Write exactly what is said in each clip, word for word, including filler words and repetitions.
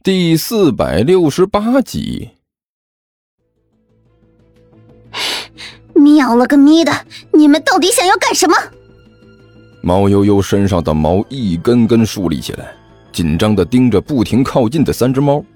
第四百六十八集。 喵了个咪的，你们到底想要干什么？ 毛悠悠身上的毛一根根竖立起来，紧张地盯着不停靠近的三只猫。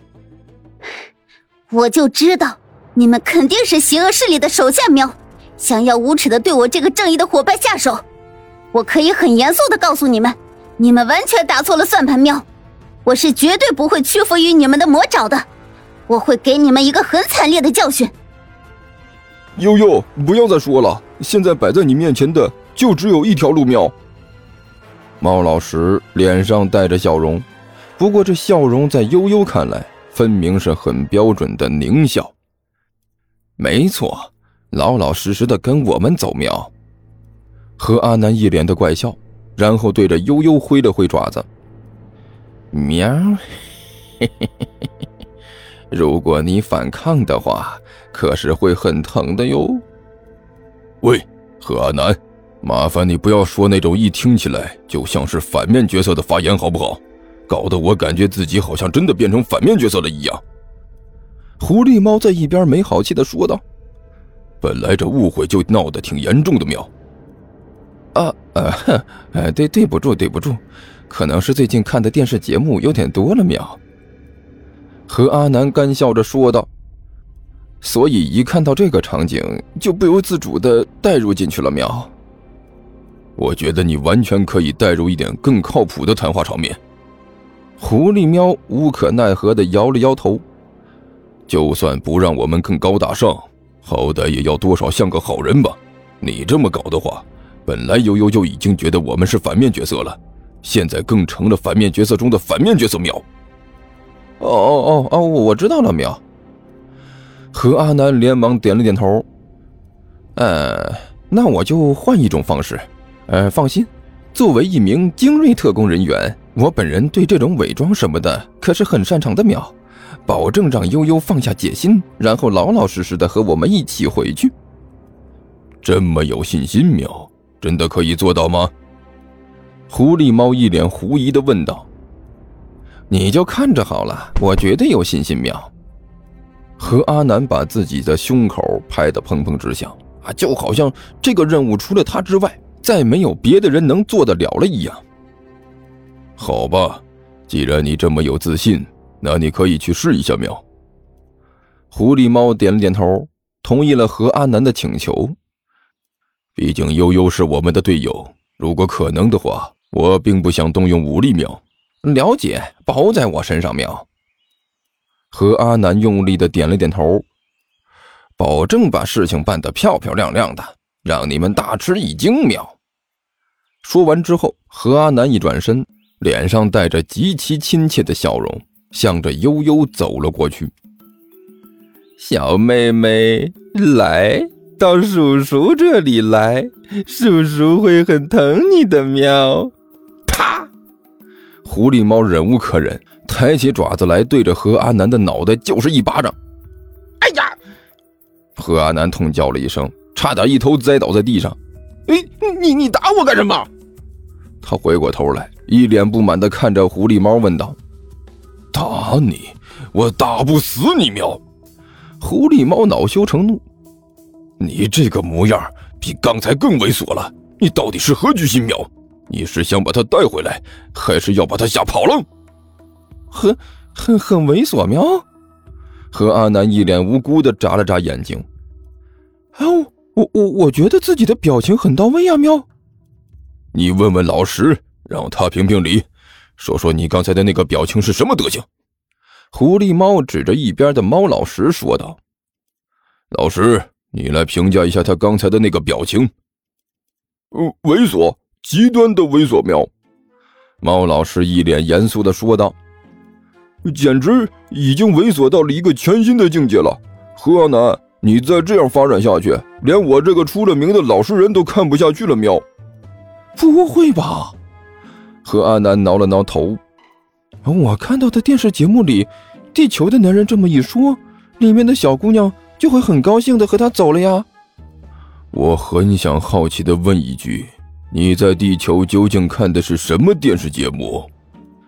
我就知道你们肯定是邪恶势力的手下喵，想要无耻地对我这个正义的伙伴下手。我可以很严肃地告诉你们，你们完全打错了算盘喵，我是绝对不会屈服于你们的魔爪的，我会给你们一个很惨烈的教训。 悠悠，不要再说了，现在摆在你面前的就只有一条路喵。猫老师脸上带着笑容，不过这笑容在悠悠看来分明是很标准的狞笑。没错，老老实实的跟我们走喵。何阿南一脸的怪笑，然后对着悠悠挥了挥爪子。喵，嘿嘿嘿嘿，如果你反抗的话，可是会很疼的哟。喂，何阿南，麻烦你不要说那种一听起来就像是反面角色的发言好不好？搞得我感觉自己好像真的变成反面角色了一样。狐狸猫在一边没好气地说道。本来这误会就闹得挺严重的喵。啊呃呃对对不住对不住，可能是最近看的电视节目有点多了喵。何阿南干笑着说道，所以一看到这个场景就不由自主地带入进去了喵。我觉得你完全可以带入一点更靠谱的谈话场面。狐狸喵无可奈何地摇了摇头，就算不让我们更高大上，好歹也要多少像个好人吧。你这么搞的话，本来悠悠就已经觉得我们是反面角色了，现在更成了反面角色中的反面角色喵。哦哦哦哦，我知道了喵。何阿南连忙点了点头。呃，那我就换一种方式。呃，放心，作为一名精锐特工人员，我本人对这种伪装什么的可是很擅长的喵，保证让悠悠放下戒心，然后老老实实的和我们一起回去。这么有信心喵？真的可以做到吗？狐狸猫一脸狐疑地问道。你就看着好了，我绝对有信心喵。何阿南把自己的胸口拍得砰砰直响啊，就好像这个任务除了他之外再没有别的人能做得了了一样。好吧，既然你这么有自信，那你可以去试一下喵。狐狸猫点了点头，同意了何阿南的请求。毕竟悠悠是我们的队友，如果可能的话，我并不想动用武力喵。了解，包在我身上喵。何阿南用力地点了点头，保证把事情办得漂漂亮亮的，让你们大吃一惊喵。说完之后，何阿南一转身，脸上带着极其亲切的笑容，向着悠悠走了过去。小妹妹，来到叔叔这里来，叔叔会很疼你的喵。啪！狐狸猫忍无可忍，抬起爪子来对着何阿南的脑袋就是一巴掌。哎呀！何阿南痛叫了一声，差点一头栽倒在地上。哎，你你打我干什么？他回过头来，一脸不满地看着狐狸猫问道。打你？我打不死你喵！狐狸猫恼羞成怒。你这个模样比刚才更猥琐了，你到底是何居心喵？你是想把他带回来，还是要把他吓跑了？很很很猥琐喵。何阿南一脸无辜地眨了眨眼睛。啊，我我我觉得自己的表情很到位啊喵。你问问老石，让他评评理，说说你刚才的那个表情是什么德行。狐狸猫指着一边的猫老石说道。老石，你来评价一下他刚才的那个表情。呃，猥琐，极端的猥琐喵。猫老师一脸严肃地说道。简直已经猥琐到了一个全新的境界了。何阿南，你再这样发展下去，连我这个出了名的老实人都看不下去了喵。不会吧？何阿南挠了挠头。我看到的电视节目里，地球的男人这么一说，里面的小姑娘就会很高兴地和他走了呀。我很想好奇地问一句，你在地球究竟看的是什么电视节目？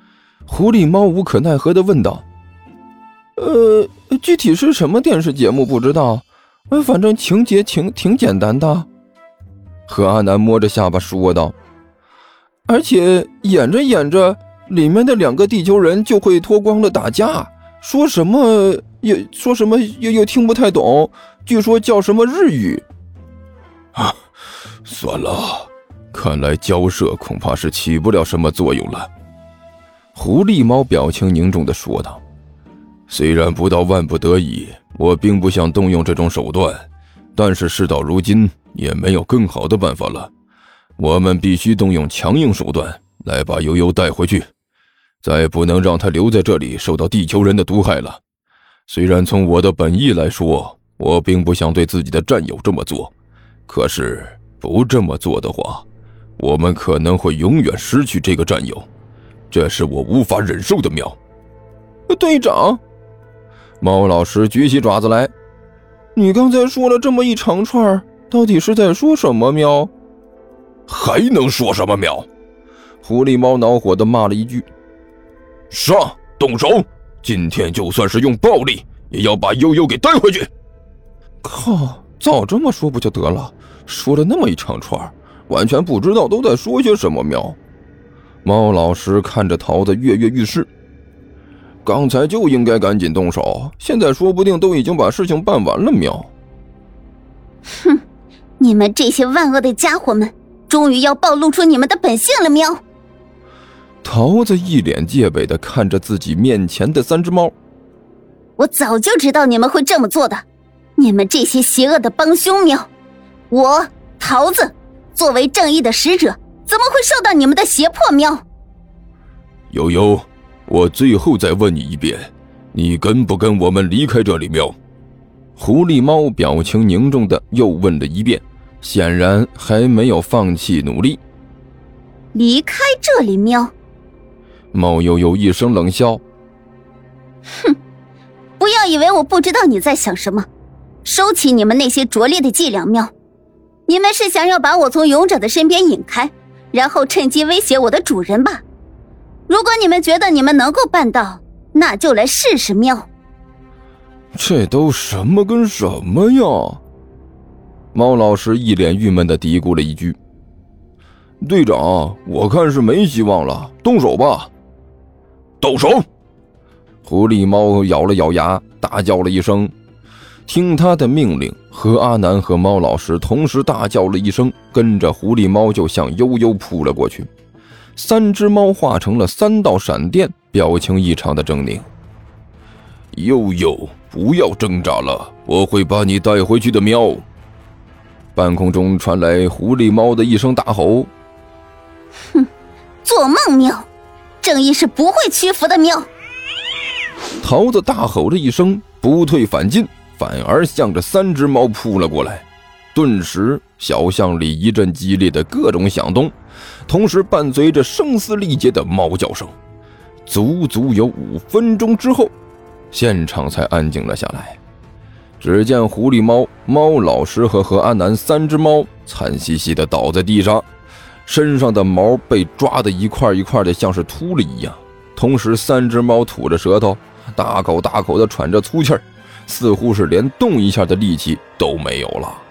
狐狸猫无可奈何地问道：呃，具体是什么电视节目不知道，反正情节挺挺简单的。何阿南摸着下巴说道：而且演着演着，里面的两个地球人就会脱光了打架，说什么也说什么又又听不太懂，据说叫什么日语。啊，算了，看来交涉恐怕是起不了什么作用了。狐狸猫表情凝重地说道：虽然不到万不得已，我并不想动用这种手段，但是事到如今也没有更好的办法了，我们必须动用强硬手段来把悠悠带回去，再不能让他留在这里受到地球人的毒害了。虽然从我的本意来说，我并不想对自己的战友这么做，可是不这么做的话，我们可能会永远失去这个战友，这是我无法忍受的。喵！队长，猫老师举起爪子来，你刚才说了这么一长串，到底是在说什么？喵！还能说什么？喵！狐狸猫恼火地骂了一句：上，动手！今天就算是用暴力，也要把悠悠给带回去。靠，早这么说不就得了，说了那么一长串，完全不知道都在说些什么。喵！猫老师看着桃子跃跃欲试，刚才就应该赶紧动手，现在说不定都已经把事情办完了。喵！ 哼，你们这些万恶的家伙们，终于要暴露出你们的本性了。喵！ 桃子一脸戒备地看着自己面前的三只猫。 我早就知道你们会这么做的，你们这些邪恶的帮凶。喵！我桃子作为正义的使者，怎么会受到你们的胁迫？喵！ 悠悠，我最后再问你一遍，你跟不跟我们离开这里？喵！狐狸猫表情凝重地又问了一遍，显然还没有放弃努力。 离开这里？喵！ 猫悠悠一声冷笑， 哼，不要以为我不知道你在想什么，收起你们那些拙劣的伎俩。喵！你们是想要把我从勇者的身边引开，然后趁机威胁我的主人吧？如果你们觉得你们能够办到，那就来试试。喵！ 这都什么跟什么呀？猫老师一脸郁闷地嘀咕了一句：队长，我看是没希望了，动手吧。动手！狐狸猫咬了咬牙，大叫了一声。听他的命令，何阿南和猫老师同时大叫了一声，跟着狐狸猫就向悠悠扑了过去。三只猫化成了三道闪电，表情异常的狰狞。悠悠，不要挣扎了，我会把你带回去的。喵！半空中传来狐狸猫的一声大吼。 哼，做梦！喵！正义是不会屈服的。喵！ 桃子大吼了一声，不退反进，反而向着三只猫扑了过来。顿时小巷里一阵激烈的各种响动，同时伴随着声嘶力竭的猫叫声。足足有五分钟之后，现场才安静了下来。只见狐狸猫、猫老师和何安南三只猫惨兮兮地倒在地上，身上的毛被抓得一块一块的，像是秃了一样。同时三只猫吐着舌头，大口大口地喘着粗气儿，似乎是连动一下的力气都没有了。